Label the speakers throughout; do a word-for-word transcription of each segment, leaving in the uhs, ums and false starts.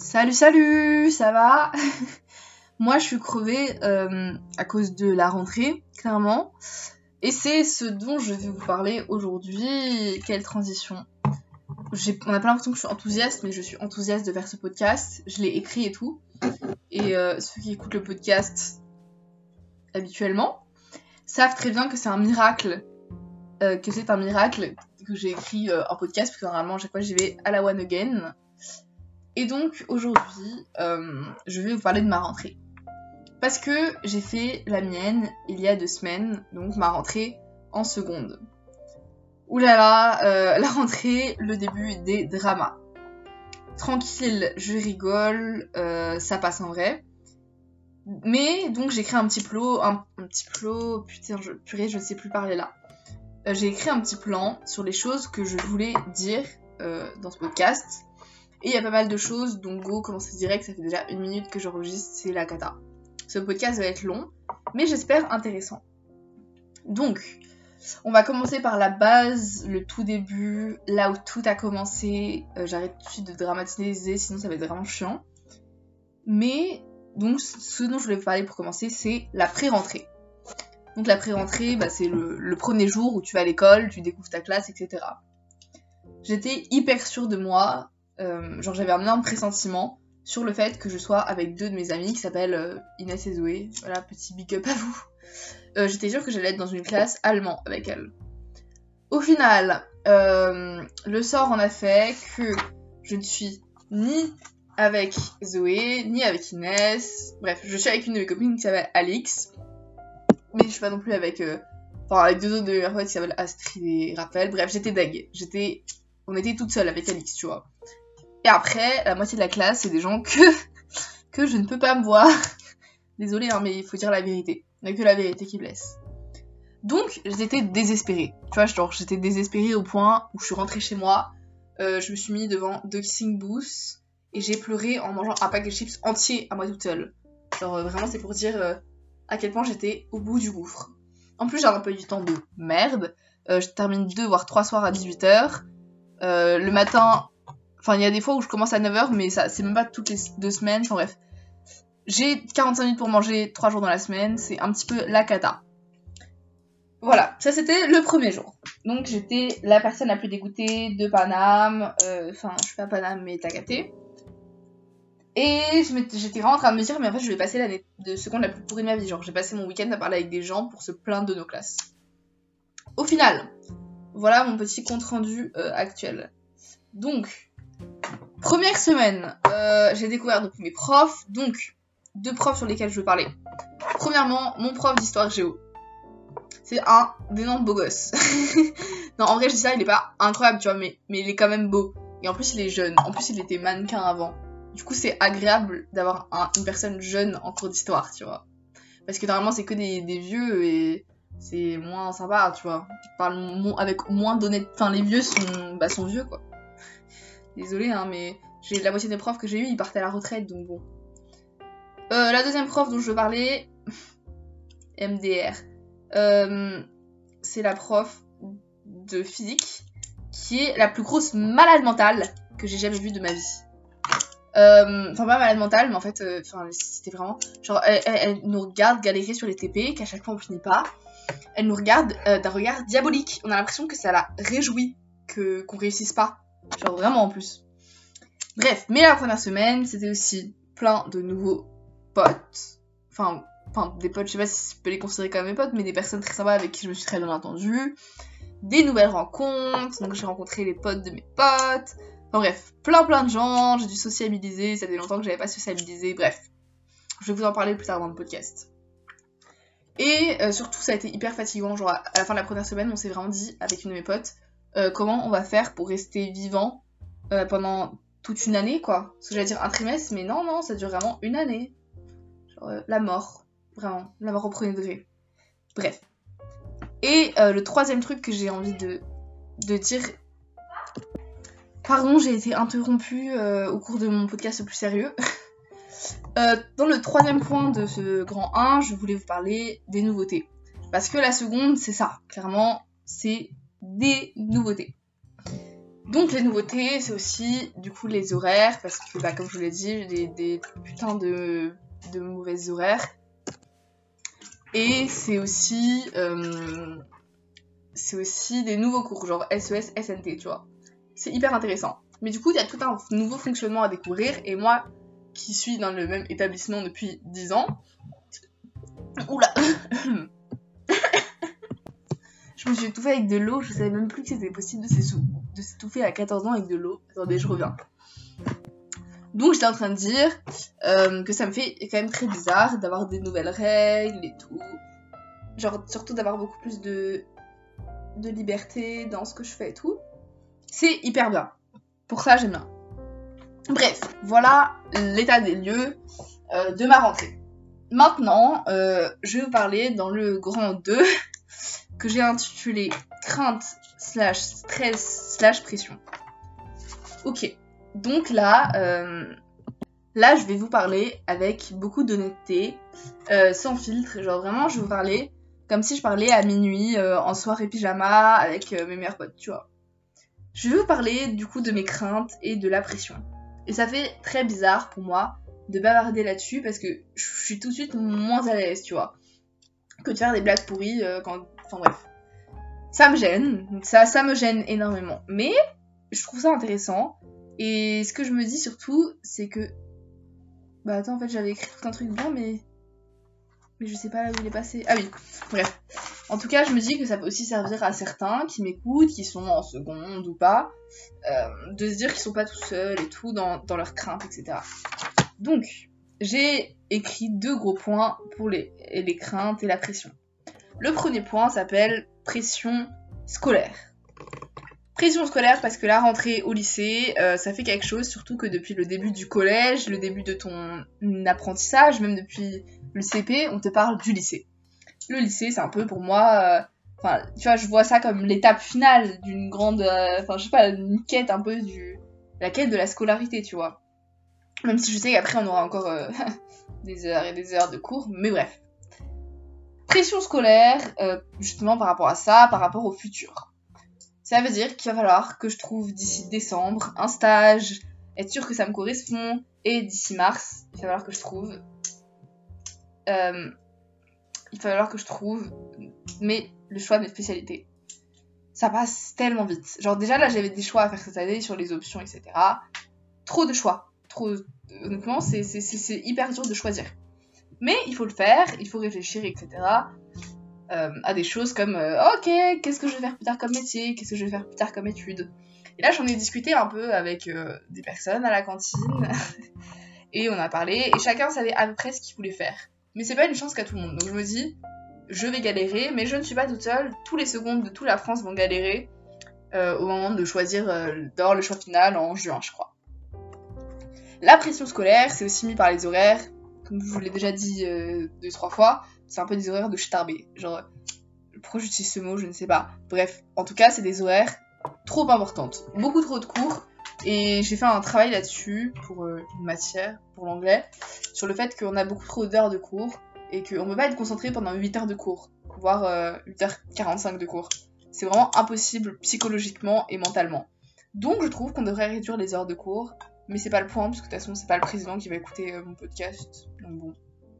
Speaker 1: Salut, salut, ça va? Moi, je suis crevée euh, à cause de la rentrée, clairement. Et c'est ce dont je vais vous parler aujourd'hui. Quelle transition. J'ai... On n'a pas l'impression que je suis enthousiaste, mais je suis enthousiaste de faire ce podcast. Je l'ai écrit et tout. Et euh, ceux qui écoutent le podcast habituellement savent très bien que c'est un miracle. Euh, que c'est un miracle que j'ai écrit euh, en podcast, parce que normalement, à chaque fois, j'y vais à la one again. Et donc, aujourd'hui, euh, je vais vous parler de ma rentrée. Parce que j'ai fait la mienne il y a deux semaines, donc ma rentrée en seconde. Ouh là là, euh, la rentrée, le début des dramas. Tranquille, je rigole, euh, ça passe en vrai. Mais donc j'ai écrit un petit plot, un, un petit plot, putain, je, purée, je ne sais plus parler là. Euh, j'ai écrit un petit plan sur les choses que je voulais dire euh, dans ce podcast. Et il y a pas mal de choses, donc go, commencez direct, ça fait déjà une minute que j'enregistre, c'est la cata. Ce podcast va être long, mais j'espère intéressant. Donc, on va commencer par la base, le tout début, là où tout a commencé. Euh, j'arrête tout de suite de dramatiser, sinon ça va être vraiment chiant. Mais, donc, ce dont je voulais vous parler pour commencer, c'est la pré-rentrée. Donc la pré-rentrée, bah, c'est le, le premier jour où tu vas à l'école, tu découvres ta classe, et cetera. J'étais hyper sûre de moi, euh, genre j'avais un énorme pressentiment sur le fait que je sois avec deux de mes amies qui s'appellent euh, Inès et Zoé. Voilà, petit big up à vous. Euh, j'étais sûre que j'allais être dans une classe allemand avec elles. Au final, euh, le sort en a fait que je ne suis ni avec Zoé, ni avec Inès. Bref, je suis avec une de mes copines qui s'appelle Alix. Mais je suis pas non plus avec... Euh, enfin, avec deux autres de mes meilleures potes qui s'appellent Astrid et Raphaël. Bref, j'étais dague. J'étais... On était toutes seules avec Alix, tu vois. Et après, la moitié de la classe, c'est des gens que, que je ne peux pas me voir. Désolée, hein, mais il faut dire la vérité. Il n'y a que la vérité qui blesse. Donc, j'étais désespérée. Tu vois, genre, j'étais désespérée au point où je suis rentrée chez moi. Euh, je me suis mis devant The Kissing Booth. Et j'ai pleuré en mangeant un pack de chips entier à moi toute seule. Genre, euh, vraiment, c'est pour dire euh, à quel point j'étais au bout du gouffre. En plus, j'ai un emploi du temps de merde. Euh, je termine deux voire trois soirs à dix-huit heures. Euh, le matin... Enfin, il y a des fois où je commence à neuf heures, mais ça, c'est même pas toutes les deux semaines. Enfin bref. J'ai quarante-cinq minutes pour manger trois jours dans la semaine. C'est un petit peu la cata. Voilà, ça c'était le premier jour. Donc j'étais la personne la plus dégoûtée de Paname. Enfin, euh, je suis pas Paname, mais t'as capté. Et j'étais vraiment en train de me dire, mais en fait, je vais passer l'année de seconde la plus pourrie de ma vie. Genre, j'ai passé mon week-end à parler avec des gens pour se plaindre de nos classes. Au final, voilà mon petit compte-rendu euh, actuel. Donc... Première semaine, euh, j'ai découvert donc mes profs, donc deux profs sur lesquels je veux parler. Premièrement, mon prof d'histoire géo. C'est un énorme beau gosse. Non, en vrai, je dis ça, il est pas incroyable, tu vois, mais, mais il est quand même beau. Et en plus, il est jeune. En plus, il était mannequin avant. Du coup, c'est agréable d'avoir un, une personne jeune en cours d'histoire, tu vois. Parce que normalement, c'est que des, des vieux et c'est moins sympa, tu vois. Tu parles avec moins d'honnêteté. Enfin, les vieux sont, bah, sont vieux, quoi. Désolée, hein, mais j'ai la moitié des profs que j'ai eu, ils partaient à la retraite, donc bon. Euh, la deuxième prof dont je veux parler, M D R, euh, c'est la prof de physique qui est la plus grosse malade mentale que j'ai jamais vue de ma vie. Euh, enfin, pas malade mentale, mais en fait, euh, c'était vraiment... Genre, elle, elle, elle nous regarde galérer sur les T P, qu'à chaque fois on finit pas. Elle nous regarde euh, d'un regard diabolique. On a l'impression que ça la réjouit que, qu'on réussisse pas. Genre vraiment en plus. Bref, mais la première semaine, c'était aussi plein de nouveaux potes. Enfin, enfin des potes, je sais pas si je peux les considérer comme mes potes, mais des personnes très sympas avec qui je me suis très bien entendue. Des nouvelles rencontres, donc j'ai rencontré les potes de mes potes. Enfin bref, plein plein de gens, j'ai dû sociabiliser, ça fait longtemps que j'avais pas sociabilisé, bref. Je vais vous en parler plus tard dans le podcast. Et euh, surtout, ça a été hyper fatigant, genre à la fin de la première semaine, on s'est vraiment dit, avec une de mes potes, Euh, comment on va faire pour rester vivant euh, pendant toute une année, quoi. Parce que j'allais dire un trimestre, mais non, non, ça dure vraiment une année. Genre, euh, la mort. Vraiment. La mort au premier degré. Bref. Et euh, le troisième truc que j'ai envie de, de dire... Pardon, j'ai été interrompue euh, au cours de mon podcast le plus sérieux. euh, dans le troisième point de ce grand un, je voulais vous parler des nouveautés. Parce que la seconde, c'est ça. Clairement, c'est... des nouveautés. Donc les nouveautés, c'est aussi du coup les horaires, parce que bah, comme je vous l'ai dit, j'ai des, des putains de, de mauvaises horaires. Et c'est aussi, euh, c'est aussi des nouveaux cours, genre S E S, S N T, tu vois. C'est hyper intéressant. Mais du coup, il y a tout un nouveau fonctionnement à découvrir, et moi, qui suis dans le même établissement depuis dix ans... Oula. Je me suis étouffée avec de l'eau, je savais même plus que c'était possible de s'étouffer à quatorze ans avec de l'eau. Attendez, je reviens. Donc j'étais en train de dire euh, que ça me fait quand même très bizarre d'avoir des nouvelles règles et tout. Genre surtout d'avoir beaucoup plus de, de liberté dans ce que je fais et tout. C'est hyper bien. Pour ça, j'aime bien. Bref, voilà l'état des lieux euh, de ma rentrée. Maintenant, euh, je vais vous parler dans le grand deux que j'ai intitulé crainte slash stress slash pression. Ok, donc là, euh, là je vais vous parler avec beaucoup d'honnêteté, euh, sans filtre, genre vraiment je vais vous parler comme si je parlais à minuit, euh, en soirée pyjama avec euh, mes meilleurs potes, tu vois. Je vais vous parler du coup de mes craintes et de la pression. Et ça fait très bizarre pour moi de bavarder là-dessus parce que je suis tout de suite moins à l'aise, tu vois, que de faire des blagues pourries euh, quand... Enfin bref. Ça me gêne, ça, ça me gêne énormément. Mais je trouve ça intéressant. Et ce que je me dis surtout, c'est que... Bah attends, en fait j'avais écrit tout un truc bien, mais... Mais je sais pas là où il est passé. Ah oui, bref. En tout cas, je me dis que ça peut aussi servir à certains qui m'écoutent, qui sont en seconde ou pas, euh, de se dire qu'ils sont pas tout seuls et tout dans, dans leurs craintes, et cetera. Donc, j'ai écrit deux gros points pour les, les craintes et la pression. Le premier point s'appelle pression scolaire. Pression scolaire parce que la rentrée au lycée, euh, ça fait quelque chose, surtout que depuis le début du collège, le début de ton apprentissage, même depuis le C P, on te parle du lycée. Le lycée, c'est un peu pour moi... Enfin, euh, tu vois, je vois ça comme l'étape finale d'une grande... Enfin, euh, je sais pas, une quête un peu du... La quête de la scolarité, tu vois. Même si je sais qu'après, on aura encore euh, des heures et des heures de cours, mais bref. Pression scolaire, euh, justement par rapport à ça, par rapport au futur. Ça veut dire qu'il va falloir que je trouve d'ici décembre un stage, être sûr que ça me correspond, et d'ici mars, il va falloir que je trouve... Euh, il va falloir que je trouve mais le choix de mes spécialités. Ça passe tellement vite. Genre déjà là, j'avais des choix à faire cette année sur les options, et cetera. Trop de choix. Trop... Honnêtement, c'est, c'est, c'est, c'est hyper dur de choisir. Mais il faut le faire, il faut réfléchir, et cetera. Euh, à des choses comme euh, ok, qu'est-ce que je vais faire plus tard comme métier, qu'est-ce que je vais faire plus tard comme étude. Et là j'en ai discuté un peu avec euh, des personnes à la cantine et on a parlé et chacun savait à peu près ce qu'il voulait faire. Mais c'est pas une chance qu'à tout le monde. Donc je me dis, je vais galérer, mais je ne suis pas toute seule. Tous les secondes de toute la France vont galérer euh, au moment de choisir euh, d'avoir le choix final en juin, je crois. La pression scolaire, c'est aussi mis par les horaires. Comme je vous l'ai déjà dit euh, deux, trois fois, c'est un peu des horaires de starbé. Genre, pourquoi j'utilise ce mot, je ne sais pas. Bref, en tout cas, c'est des horaires trop importantes. Beaucoup trop de cours. Et j'ai fait un travail là-dessus, pour euh, une matière, pour l'anglais, sur le fait qu'on a beaucoup trop d'heures de cours, et qu'on ne peut pas être concentré pendant huit heures de cours, voire euh, huit heures quarante-cinq de cours. C'est vraiment impossible psychologiquement et mentalement. Donc je trouve qu'on devrait réduire les heures de cours, mais c'est pas le point, parce que de toute façon, c'est pas le président qui va écouter euh, mon podcast, donc bon.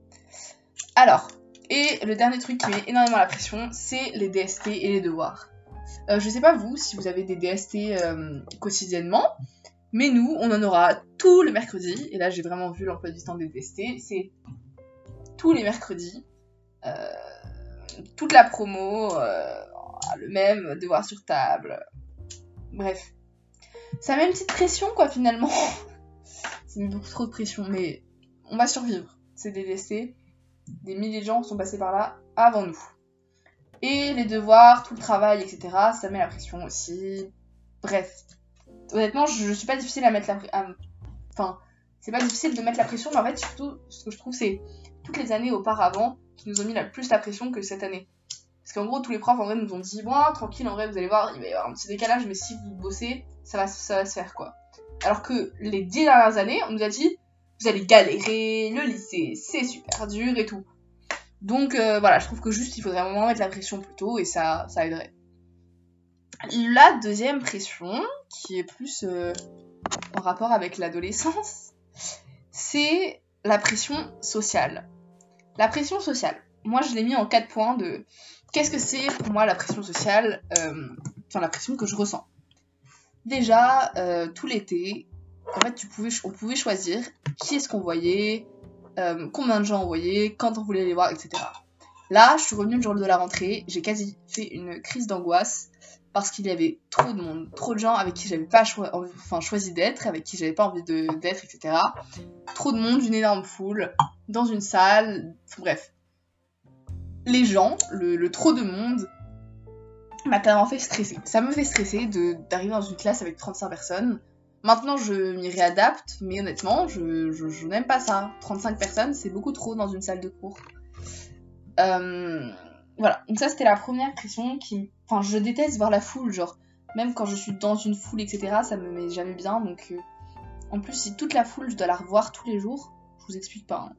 Speaker 1: Alors, et le dernier truc qui met énormément la pression, c'est les D S T et les devoirs. Euh, je sais pas vous, si vous avez des D S T euh, quotidiennement, mais nous, on en aura tous les mercredis, et là j'ai vraiment vu l'emploi du temps des D S T, c'est tous les mercredis, euh, toute la promo, euh, le même, devoir sur table, bref. Ça met une petite pression quoi finalement. Ça met beaucoup trop de pression, mais on va survivre. C'est des D S T, des milliers de gens sont passés par là avant nous. Et les devoirs, tout le travail, et cetera, ça met la pression aussi. Bref. Honnêtement, je, je suis pas difficile à mettre la pression. Enfin, c'est pas difficile de mettre la pression, mais en fait, surtout, ce que je trouve, c'est toutes les années auparavant qui nous ont mis la plus la pression que cette année. Parce qu'en gros, tous les profs, en vrai, nous ont dit, bon, tranquille, en vrai, vous allez voir, il va y avoir un petit décalage, mais si vous bossez, ça va, ça va se faire, quoi. Alors que les dix dernières années, on nous a dit, vous allez galérer, le lycée, c'est super dur et tout. Donc, euh, voilà, je trouve que juste, il faudrait vraiment mettre la pression plus tôt, et ça, ça aiderait. La deuxième pression, qui est plus euh, en rapport avec l'adolescence, c'est la pression sociale. La pression sociale, moi je l'ai mis en quatre points de qu'est-ce que c'est pour moi la pression sociale, euh, enfin la pression que je ressens. Déjà, euh, tout l'été, en fait, tu pouvais, on pouvait choisir qui est-ce qu'on voyait, euh, combien de gens on voyait, quand on voulait les voir, et cetera. Là, je suis revenue le jour de la rentrée, j'ai quasi fait une crise d'angoisse parce qu'il y avait trop de monde, trop de gens avec qui j'avais pas cho- enfin, choisi d'être, avec qui j'avais pas envie de, d'être, et cetera. Trop de monde, une énorme foule, dans une salle, bref. Les gens, le, le trop de monde, m'a clairement fait stresser. Ça me fait stresser de, d'arriver dans une classe avec trente-cinq personnes. Maintenant, je m'y réadapte, mais honnêtement, je, je, je n'aime pas ça. trente-cinq personnes, c'est beaucoup trop dans une salle de cours. Euh, voilà, donc ça c'était la première pression qui... Enfin, je déteste voir la foule, genre, même quand je suis dans une foule, et cetera, ça me met jamais bien, donc... Euh... En plus, si toute la foule, je dois la revoir tous les jours, je vous explique pas. Hein.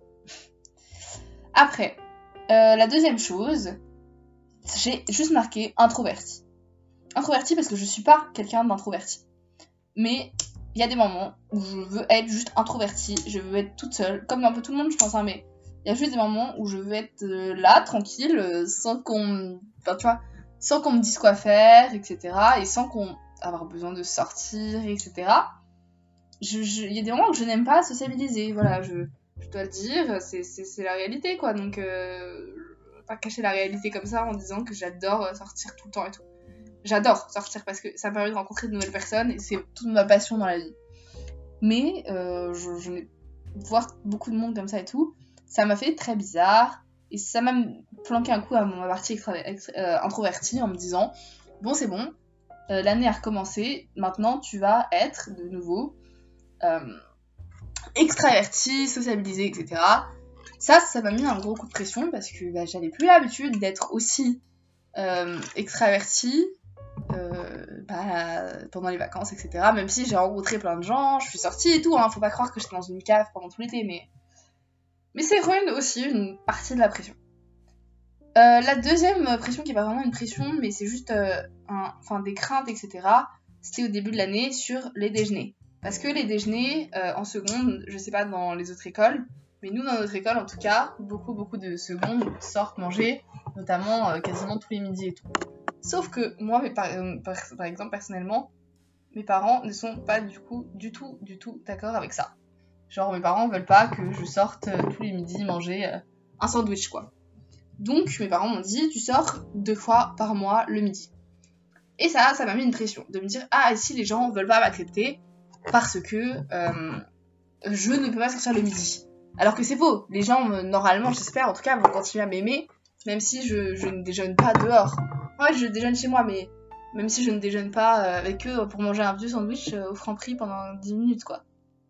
Speaker 1: Après, euh, la deuxième chose, j'ai juste marqué introverti. Introverti parce que je suis pas quelqu'un d'introverti. Mais il y a des moments où je veux être juste introvertie, je veux être toute seule, comme un peu tout le monde, je pense, hein, mais... Il y a juste des moments où je veux être euh, là, tranquille, euh, sans qu'on... Enfin, tu vois, sans qu'on me dise quoi faire, et cetera. Et sans qu'on... avoir besoin de sortir, et cetera. Je, je... Il y a des moments où je n'aime pas sociabiliser, voilà, je, je dois le dire, c'est, c'est, c'est la réalité, quoi. Donc, euh... pas cacher la réalité comme ça en disant que j'adore sortir tout le temps et tout. J'adore sortir parce que ça me permet de rencontrer de nouvelles personnes et c'est toute ma passion dans la vie. Mais, euh, je, je n'ai... voir beaucoup de monde comme ça et tout... Ça m'a fait très bizarre et ça m'a planqué un coup à ma partie extra- extra- euh, introvertie en me disant bon c'est bon, euh, l'année a recommencé, maintenant tu vas être de nouveau euh, extraverti, sociabilisé, et cetera. Ça, ça m'a mis un gros coup de pression parce que bah, j'avais plus l'habitude d'être aussi euh, extravertie euh, bah, pendant les vacances, et cetera. Même si j'ai rencontré plein de gens, je suis sortie et tout, hein, faut pas croire que j'étais dans une cave pendant tout l'été, mais... Mais c'est vraiment aussi une partie de la pression. Euh, la deuxième pression, qui n'est pas vraiment une pression, mais c'est juste euh, un, enfin, des craintes, et cetera, c'était au début de l'année sur les déjeuners. Parce que les déjeuners, euh, en seconde, je sais pas dans les autres écoles, mais nous, dans notre école, en tout cas, beaucoup, beaucoup de secondes sortent manger, notamment euh, quasiment tous les midis et tout. Sauf que moi, mais par, par, par exemple, personnellement, mes parents ne sont pas du coup, du tout, du tout d'accord avec ça. Genre, mes parents veulent pas que je sorte euh, tous les midis manger euh, un sandwich, quoi. Donc, mes parents m'ont dit, tu sors deux fois par mois le midi. Et ça, ça m'a mis une pression. De me dire, ah, si les gens veulent pas m'accepter parce que euh, je ne peux pas sortir le midi. Alors que c'est faux. Les gens, euh, normalement, j'espère, en tout cas, vont continuer à m'aimer, même si je, je ne déjeune pas dehors. Ouais, je déjeune chez moi, mais même si je ne déjeune pas euh, avec eux pour manger un vieux sandwich euh, au Franprix pendant dix minutes, quoi.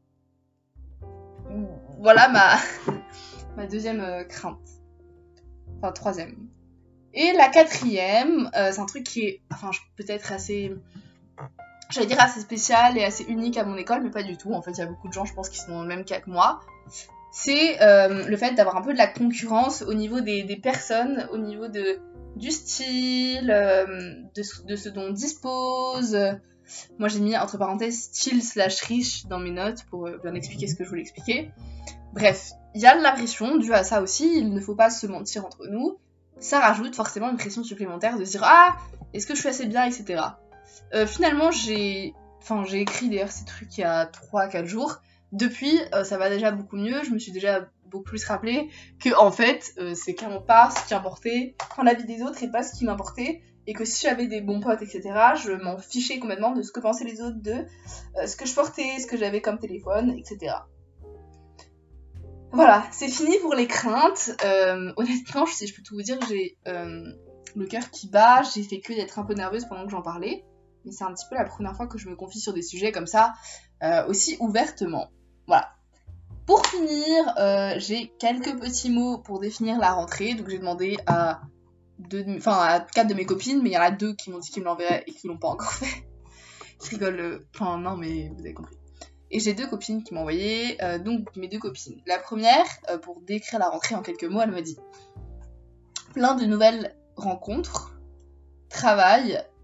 Speaker 1: Voilà ma, ma deuxième euh, crainte. Enfin, troisième. Et la quatrième, euh, c'est un truc qui est, enfin, peut-être assez, j'allais dire assez spécial et assez unique à mon école, mais pas du tout. En fait, il y a beaucoup de gens, je pense, qui sont dans le même cas que moi. C'est euh, le fait d'avoir un peu de la concurrence au niveau des, des personnes, au niveau de, du style, euh, de, de ce dont on dispose. Moi, j'ai mis entre parenthèses style slash riche dans mes notes pour bien expliquer ce que je voulais expliquer. Bref, il y a de la pression due à ça aussi, il ne faut pas se mentir entre nous. Ça rajoute forcément une pression supplémentaire de se dire « Ah, est-ce que je fais assez bien ?» et cetera. Euh, finalement, j'ai... Enfin, j'ai écrit d'ailleurs ces trucs il y a trois à quatre jours. Depuis, euh, ça va déjà beaucoup mieux, je me suis déjà beaucoup plus rappelé que, en fait, euh, c'est clairement pas ce qui importait, quand la vie des autres est pas ce qui m'importait, et que si j'avais des bons potes, et cetera, je m'en fichais complètement de ce que pensaient les autres, de euh, ce que je portais, ce que j'avais comme téléphone, et cetera. Voilà, c'est fini pour les craintes. Euh, honnêtement, si je peux tout vous dire, j'ai euh, le cœur qui bat, j'ai fait que d'être un peu nerveuse pendant que j'en parlais, mais c'est un petit peu la première fois que je me confie sur des sujets comme ça, euh, aussi ouvertement. Voilà. Pour finir, euh, j'ai quelques petits mots pour définir la rentrée, donc j'ai demandé à deux, enfin à quatre de mes copines, mais il y en a deux qui m'ont dit qu'ils me l'enverraient et qui l'ont pas encore fait. Je rigole, euh... enfin non mais vous avez compris. Et j'ai deux copines qui m'ont envoyé, euh, donc mes deux copines. La première, euh, pour décrire la rentrée en quelques mots, elle m'a dit plein de nouvelles rencontres, travail,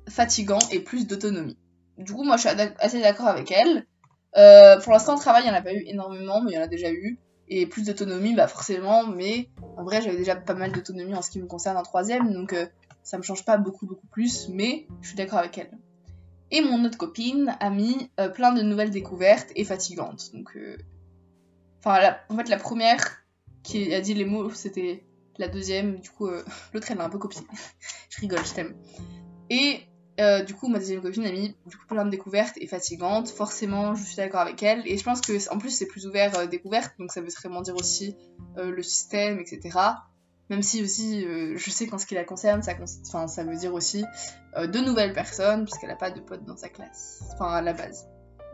Speaker 1: fatigant et plus d'autonomie. Du coup, moi, je suis assez d'accord avec elle. Euh, pour l'instant, le travail, il n'y en a pas eu énormément, mais il y en a déjà eu. Et plus d'autonomie, bah forcément, mais en vrai, j'avais déjà pas mal d'autonomie en ce qui me concerne en troisième, donc euh, ça me change pas beaucoup, beaucoup plus, mais je suis d'accord avec elle. Et mon autre copine a mis euh, plein de nouvelles découvertes et fatigantes. Donc, euh... enfin, la... en fait, la première qui a dit les mots, c'était la deuxième, du coup, euh... l'autre, elle l'a un peu copié. Je rigole, je t'aime. Et euh, du coup, ma deuxième copine a mis du coup, plein de découvertes et fatigantes. Forcément, je suis d'accord avec elle. Et je pense que en plus, c'est plus ouvert euh, découverte, donc ça veut vraiment dire aussi euh, le système, et cetera. Même si aussi, euh, je sais qu'en ce qui la concerne, ça, con- ça veut dire aussi euh, de nouvelles personnes, puisqu'elle n'a pas de potes dans sa classe. Enfin, à la base.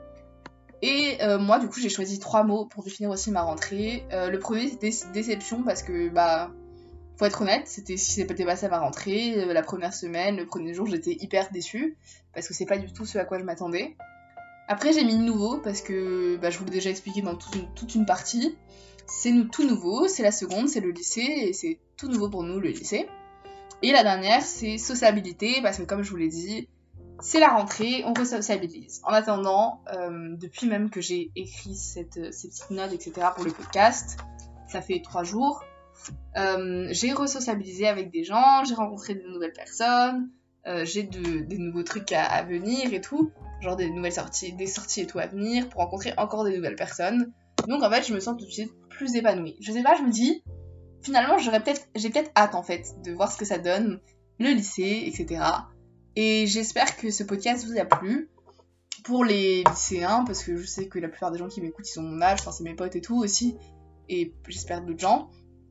Speaker 1: Et euh, moi, du coup, j'ai choisi trois mots pour définir aussi ma rentrée. Euh, le premier, c'était déception, parce que, bah... Faut être honnête, c'était ce qui s'était passé à ma rentrée. La première semaine, le premier jour, j'étais hyper déçue parce que c'est pas du tout ce à quoi je m'attendais. Après, j'ai mis nouveau parce que bah, je vous l'ai déjà expliqué dans toute une, toute une partie. C'est nous tout nouveau, c'est la seconde, c'est le lycée et c'est tout nouveau pour nous le lycée. Et la dernière, c'est sociabilité parce que comme je vous l'ai dit, c'est la rentrée, on re-sociabilise. En attendant, euh, depuis même que j'ai écrit cette, ces petites notes, et cetera pour le podcast, ça fait trois jours. Euh, j'ai re-sociabilisé avec des gens, j'ai rencontré de nouvelles personnes, euh, j'ai de, des nouveaux trucs à, à venir et tout, genre des nouvelles sorties, des sorties et tout à venir pour rencontrer encore des nouvelles personnes. Donc en fait, je me sens tout de suite plus épanouie. Je sais pas, je me dis, finalement, j'aurais peut-être, j'ai peut-être hâte en fait de voir ce que ça donne, le lycée, et cetera. Et j'espère que ce podcast vous a plu. Pour les lycéens, parce que je sais que la plupart des gens qui m'écoutent, ils ont mon âge, enfin c'est mes potes et tout aussi, et j'espère d'autres gens.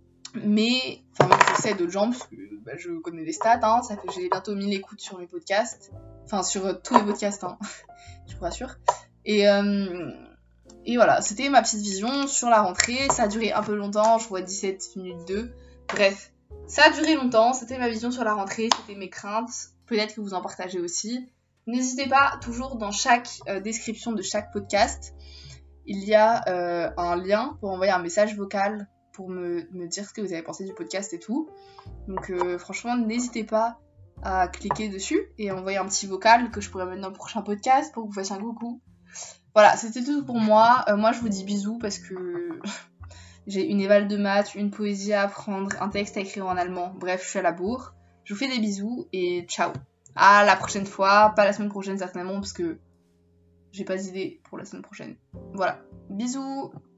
Speaker 1: Mais, enfin même je sais d'autres gens, parce que bah, je connais les stats, hein, ça fait j'ai bientôt mille écoutes sur mes podcasts, enfin sur euh, tous les podcasts, hein, je vous rassure. Et, euh, et voilà, c'était ma petite vision sur la rentrée, ça a duré un peu longtemps, je vois dix-sept minutes deux, bref, ça a duré longtemps, c'était ma vision sur la rentrée, c'était mes craintes, peut-être que vous en partagez aussi. N'hésitez pas, toujours dans chaque euh, description de chaque podcast, il y a euh, un lien pour envoyer un message vocal pour me, me dire ce que vous avez pensé du podcast et tout. Donc euh, franchement, n'hésitez pas à cliquer dessus et envoyer un petit vocal que je pourrais mettre dans le prochain podcast pour que vous fassiez un coucou. Voilà, c'était tout pour moi. Euh, moi, je vous dis bisous parce que j'ai une éval de maths, une poésie à apprendre, un texte à écrire en allemand. Bref, je suis à la bourre. Je vous fais des bisous et ciao. À la prochaine fois, pas la semaine prochaine certainement parce que j'ai pas d'idée pour la semaine prochaine. Voilà, bisous.